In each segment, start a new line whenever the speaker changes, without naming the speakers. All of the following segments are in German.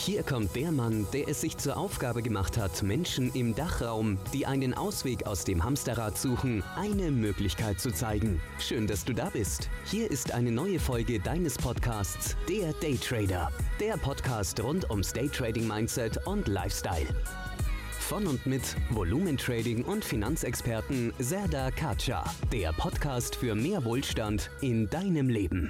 Hier kommt der Mann, der es sich zur Aufgabe gemacht hat, Menschen im Dachraum, die einen Ausweg aus dem Hamsterrad suchen, eine Möglichkeit zu zeigen. Schön, dass du da bist. Hier ist eine neue Folge deines Podcasts, der Daytrader. Der Podcast rund ums Daytrading-Mindset und Lifestyle. Von und mit Volumentrading und Finanzexperten Serdar Kaca. Der Podcast für mehr Wohlstand in deinem Leben.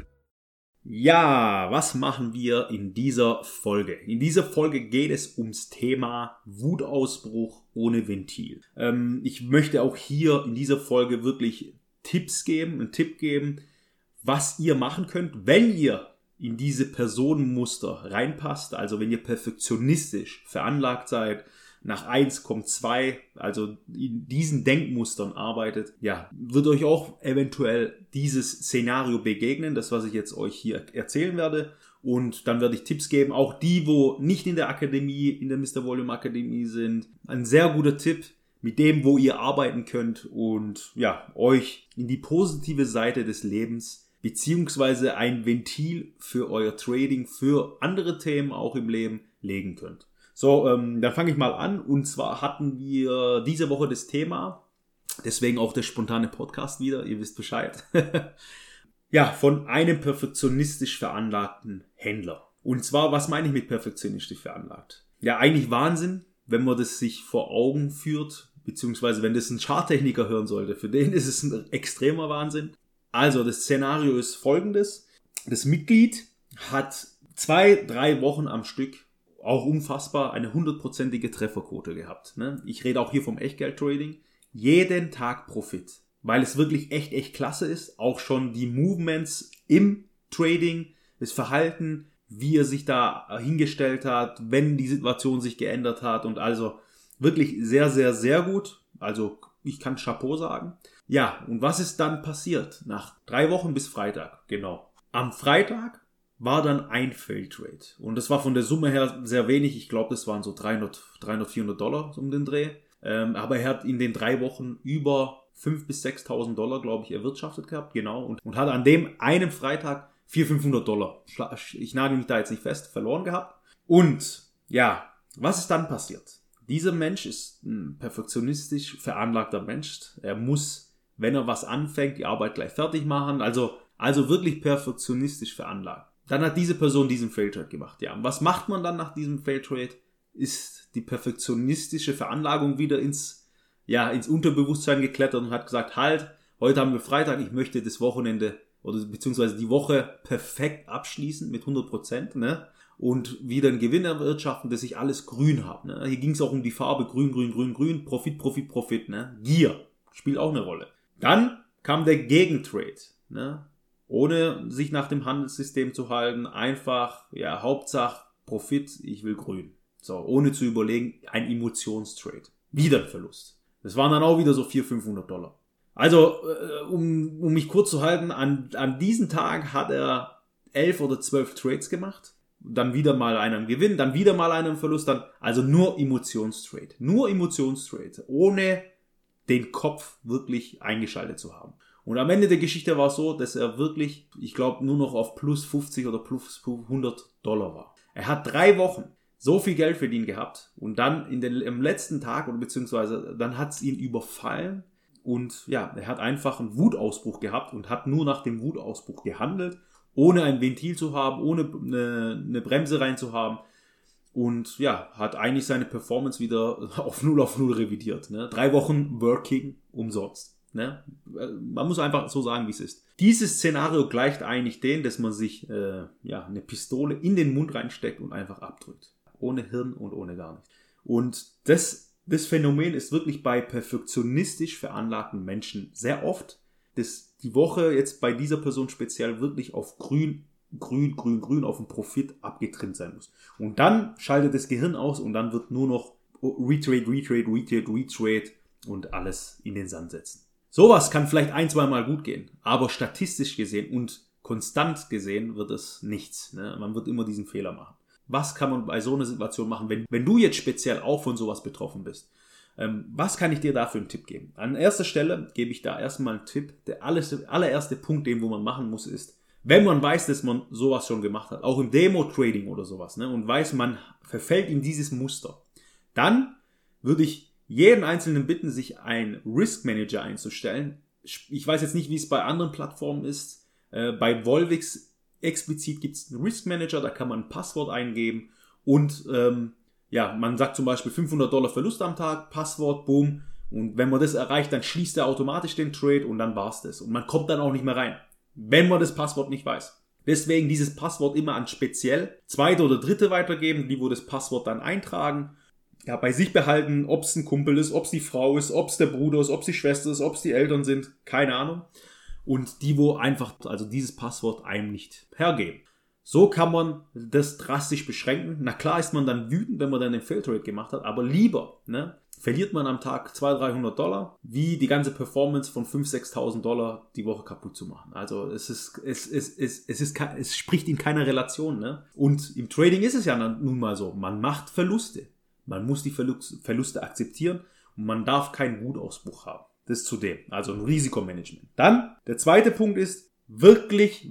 Ja, was machen wir in dieser Folge? In dieser Folge geht es ums Thema Wutausbruch ohne Ventil. Ich möchte auch hier in dieser Folge wirklich einen Tipp geben, was ihr machen könnt, wenn ihr in diese Personenmuster reinpasst, also wenn ihr perfektionistisch veranlagt seid, nach 1 kommt 2, also in diesen Denkmustern arbeitet, ja, wird euch auch eventuell dieses Szenario begegnen, das was ich jetzt euch hier erzählen werde. Und dann werde ich Tipps geben, auch die, wo nicht in der Akademie, in der Mr. Volume Akademie sind. Ein sehr guter Tipp, mit dem, wo ihr arbeiten könnt und ja, euch in die positive Seite des Lebens beziehungsweise ein Ventil für euer Trading, für andere Themen auch im Leben legen könnt. So, dann fange ich mal an. Und zwar hatten wir diese Woche das Thema, deswegen auch der spontane Podcast wieder, ihr wisst Bescheid, ja, von einem perfektionistisch veranlagten Händler. Und zwar, was meine ich mit perfektionistisch veranlagt? Ja, eigentlich Wahnsinn, wenn man das sich vor Augen führt, beziehungsweise wenn das ein Charttechniker hören sollte. Für den ist es ein extremer Wahnsinn. Also, das Szenario ist folgendes. Das Mitglied hat 2-3 Wochen am Stück auch unfassbar eine 100%ige Trefferquote gehabt. Ich rede auch hier vom Echtgeld-Trading. Jeden Tag Profit, weil es wirklich echt klasse ist. Auch schon die Movements im Trading, das Verhalten, wie er sich da hingestellt hat, wenn die Situation sich geändert hat und also wirklich sehr gut. Also ich kann Chapeau sagen. Ja, und was ist dann passiert? Nach 3 Wochen bis Freitag, genau. Am Freitag war dann ein Fail-Trade. Und das war von der Summe her sehr wenig. Ich glaube, das waren so $300-400 um den Dreh. Aber er hat in den 3 Wochen über 5.000 bis 6.000 glaube ich, erwirtschaftet gehabt. Genau. Und hat an dem einen Freitag $400-500. Ich nagel mich da jetzt nicht fest, verloren gehabt. Und ja, was ist dann passiert? Dieser Mensch ist ein perfektionistisch veranlagter Mensch. Er muss, wenn er was anfängt, die Arbeit gleich fertig machen. Also wirklich perfektionistisch veranlagt. Dann hat diese Person diesen Failtrade gemacht. Ja, und was macht man dann nach diesem Failtrade? Ist die perfektionistische Veranlagung wieder ins Unterbewusstsein geklettert und hat gesagt, halt, heute haben wir Freitag, ich möchte das Wochenende oder beziehungsweise die Woche perfekt abschließen mit 100%, ne? Und wieder einen Gewinn erwirtschaften, dass ich alles grün habe. Ne? Hier ging es auch um die Farbe grün, Profit, ne? Gier spielt auch eine Rolle. Dann kam der Gegentrade, ne? Ohne sich nach dem Handelssystem zu halten, einfach, ja, Hauptsache Profit, ich will grün. So, ohne zu überlegen, ein Emotionstrade. Wieder ein Verlust. Das waren dann auch wieder so $400-500. Also, um mich kurz zu halten, an diesem Tag hat er 11 oder 12 Trades gemacht. Dann wieder mal einen Gewinn, dann wieder mal einen Verlust, also nur Emotionstrade. Nur Emotionstrade. Ohne den Kopf wirklich eingeschaltet zu haben. Und am Ende der Geschichte war es so, dass er wirklich, ich glaube, nur noch auf plus 50 oder plus $100 war. Er hat 3 Wochen so viel Geld verdient gehabt und dann am letzten Tag oder beziehungsweise dann hat es ihn überfallen und ja, er hat einfach einen Wutausbruch gehabt und hat nur nach dem Wutausbruch gehandelt, ohne ein Ventil zu haben, ohne eine Bremse rein zu haben und ja, hat eigentlich seine Performance wieder auf 0 revidiert. Ne? 3 Wochen Working umsonst. Ne? Man muss einfach so sagen, wie es ist. Dieses Szenario gleicht eigentlich dem, dass man sich eine Pistole in den Mund reinsteckt und einfach abdrückt. Ohne Hirn und ohne gar nichts. Und das Phänomen ist wirklich bei perfektionistisch veranlagten Menschen sehr oft, dass die Woche jetzt bei dieser Person speziell wirklich auf grün auf den Profit abgetrimmt sein muss. Und dann schaltet das Gehirn aus und dann wird nur noch Retrade und alles in den Sand setzen. Sowas kann vielleicht 1-2 Mal gut gehen, aber statistisch gesehen und konstant gesehen wird es nichts. Ne? Man wird immer diesen Fehler machen. Was kann man bei so einer Situation machen, wenn du jetzt speziell auch von sowas betroffen bist? Was kann ich dir da für einen Tipp geben? An erster Stelle gebe ich da erstmal einen Tipp. Der allererste Punkt, den wo man machen muss, ist, wenn man weiß, dass man sowas schon gemacht hat, auch im Demo-Trading oder sowas, ne, und weiß, man verfällt in dieses Muster, dann würde ich jeden Einzelnen bitten, sich einen Risk Manager einzustellen. Ich weiß jetzt nicht, wie es bei anderen Plattformen ist. Bei Volvix explizit gibt es einen Risk Manager, da kann man ein Passwort eingeben und man sagt zum Beispiel $500 Verlust am Tag, Passwort, boom. Und wenn man das erreicht, dann schließt er automatisch den Trade und dann war's das. Und man kommt dann auch nicht mehr rein, wenn man das Passwort nicht weiß. Deswegen dieses Passwort immer an speziell Zweite oder Dritte weitergeben, die wo das Passwort dann eintragen. Ja, bei sich behalten, ob es ein Kumpel ist, ob es die Frau ist, ob es der Bruder ist, ob es die Schwester ist, ob es die Eltern sind, keine Ahnung. Und die wo einfach, also dieses Passwort einem nicht hergeben. So kann man das drastisch beschränken. Na klar ist man dann wütend, wenn man dann den Failtrade gemacht hat, aber lieber, ne, verliert man am Tag $200-300, wie die ganze Performance von $5.000, $6.000 die Woche kaputt zu machen. Also es spricht in keiner Relation, ne? Und im Trading ist es ja nun mal so, man macht Verluste. Man muss die Verluste akzeptieren und man darf keinen Wutausbruch haben. Das zudem, also ein Risikomanagement. Dann, der zweite Punkt ist, wirklich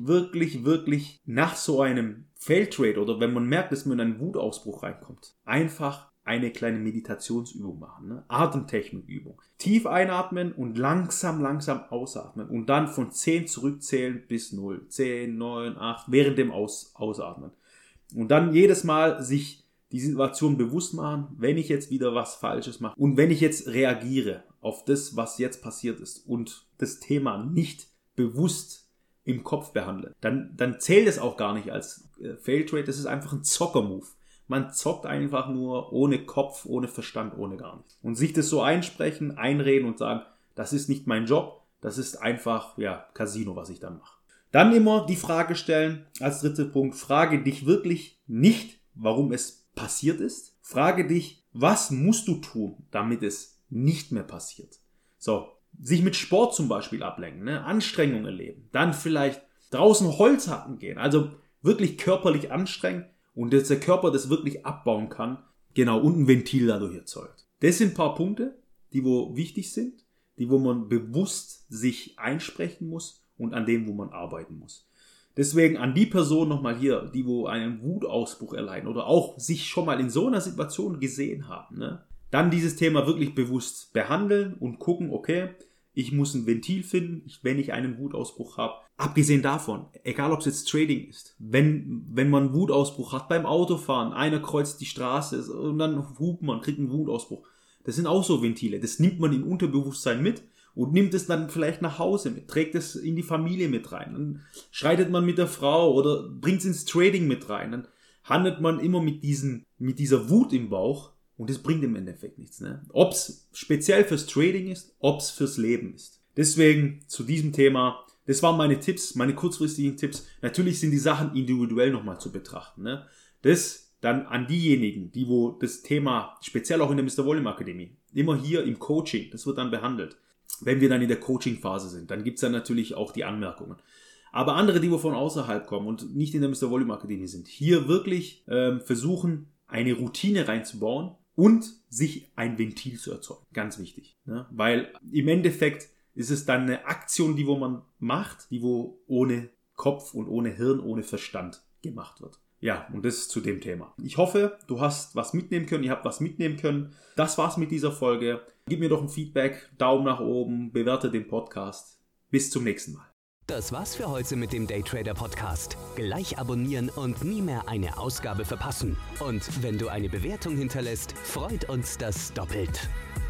nach so einem Failtrade oder wenn man merkt, dass man in einen Wutausbruch reinkommt, einfach eine kleine Meditationsübung machen, ne? Atemtechnikübung. Tief einatmen und langsam ausatmen und dann von 10 zurückzählen bis 0. 10, 9, 8, während dem Ausatmen. Und dann jedes Mal sich die Situation bewusst machen, wenn ich jetzt wieder was Falsches mache und wenn ich jetzt reagiere auf das, was jetzt passiert ist und das Thema nicht bewusst im Kopf behandle, dann zählt es auch gar nicht als Failtrade, das ist einfach ein Zocker-Move. Man zockt einfach nur ohne Kopf, ohne Verstand, ohne gar nichts. Und sich das so einsprechen, einreden und sagen, das ist nicht mein Job, das ist einfach, Casino, was ich dann mache. Dann immer die Frage stellen, als dritter Punkt, frage dich wirklich nicht, warum es passiert ist. Frage dich, was musst du tun, damit es nicht mehr passiert. So, sich mit Sport zum Beispiel ablenken, ne? Anstrengung erleben, dann vielleicht draußen Holz hacken gehen, also wirklich körperlich anstrengen und dass der Körper das wirklich abbauen kann, genau, und ein Ventil dadurch erzeugt. Das sind ein paar Punkte, die wo wichtig sind, die wo man bewusst sich einsprechen muss und an dem, wo man arbeiten muss. Deswegen an die Person nochmal hier, die wo einen Wutausbruch erleiden oder auch sich schon mal in so einer Situation gesehen haben, ne? Dann dieses Thema wirklich bewusst behandeln und gucken, okay, ich muss ein Ventil finden, wenn ich einen Wutausbruch habe. Abgesehen davon, egal ob es jetzt Trading ist, wenn man einen Wutausbruch hat beim Autofahren, einer kreuzt die Straße und dann hupt man, kriegt einen Wutausbruch. Das sind auch so Ventile, das nimmt man im Unterbewusstsein mit und nimmt es dann vielleicht nach Hause mit, trägt es in die Familie mit rein. Dann schreitet man mit der Frau oder bringt es ins Trading mit rein. Dann handelt man immer mit dieser Wut im Bauch. Und das bringt im Endeffekt nichts, ne? Ob es speziell fürs Trading ist, ob es fürs Leben ist. Deswegen zu diesem Thema, das waren meine Tipps, meine kurzfristigen Tipps. Natürlich sind die Sachen individuell nochmal zu betrachten, ne? Das dann an diejenigen, die wo das Thema, speziell auch in der Mr. Volume Akademie, immer hier im Coaching, das wird dann behandelt. Wenn wir dann in der Coaching-Phase sind, dann gibt's dann natürlich auch die Anmerkungen. Aber andere, die wo von außerhalb kommen und nicht in der Mr. Volume Akademie sind, hier wirklich versuchen, eine Routine reinzubauen, und sich ein Ventil zu erzeugen. Ganz wichtig. Ne? Weil im Endeffekt ist es dann eine Aktion, die wo man macht, die wo ohne Kopf und ohne Hirn, ohne Verstand gemacht wird. Ja, und das zu dem Thema. Ich hoffe, du hast was mitnehmen können, ihr habt was mitnehmen können. Das war's mit dieser Folge. Gib mir doch ein Feedback, Daumen nach oben, bewerte den Podcast. Bis zum nächsten Mal.
Das war's für heute mit dem Daytrader Podcast. Gleich abonnieren und nie mehr eine Ausgabe verpassen. Und wenn du eine Bewertung hinterlässt, freut uns das doppelt.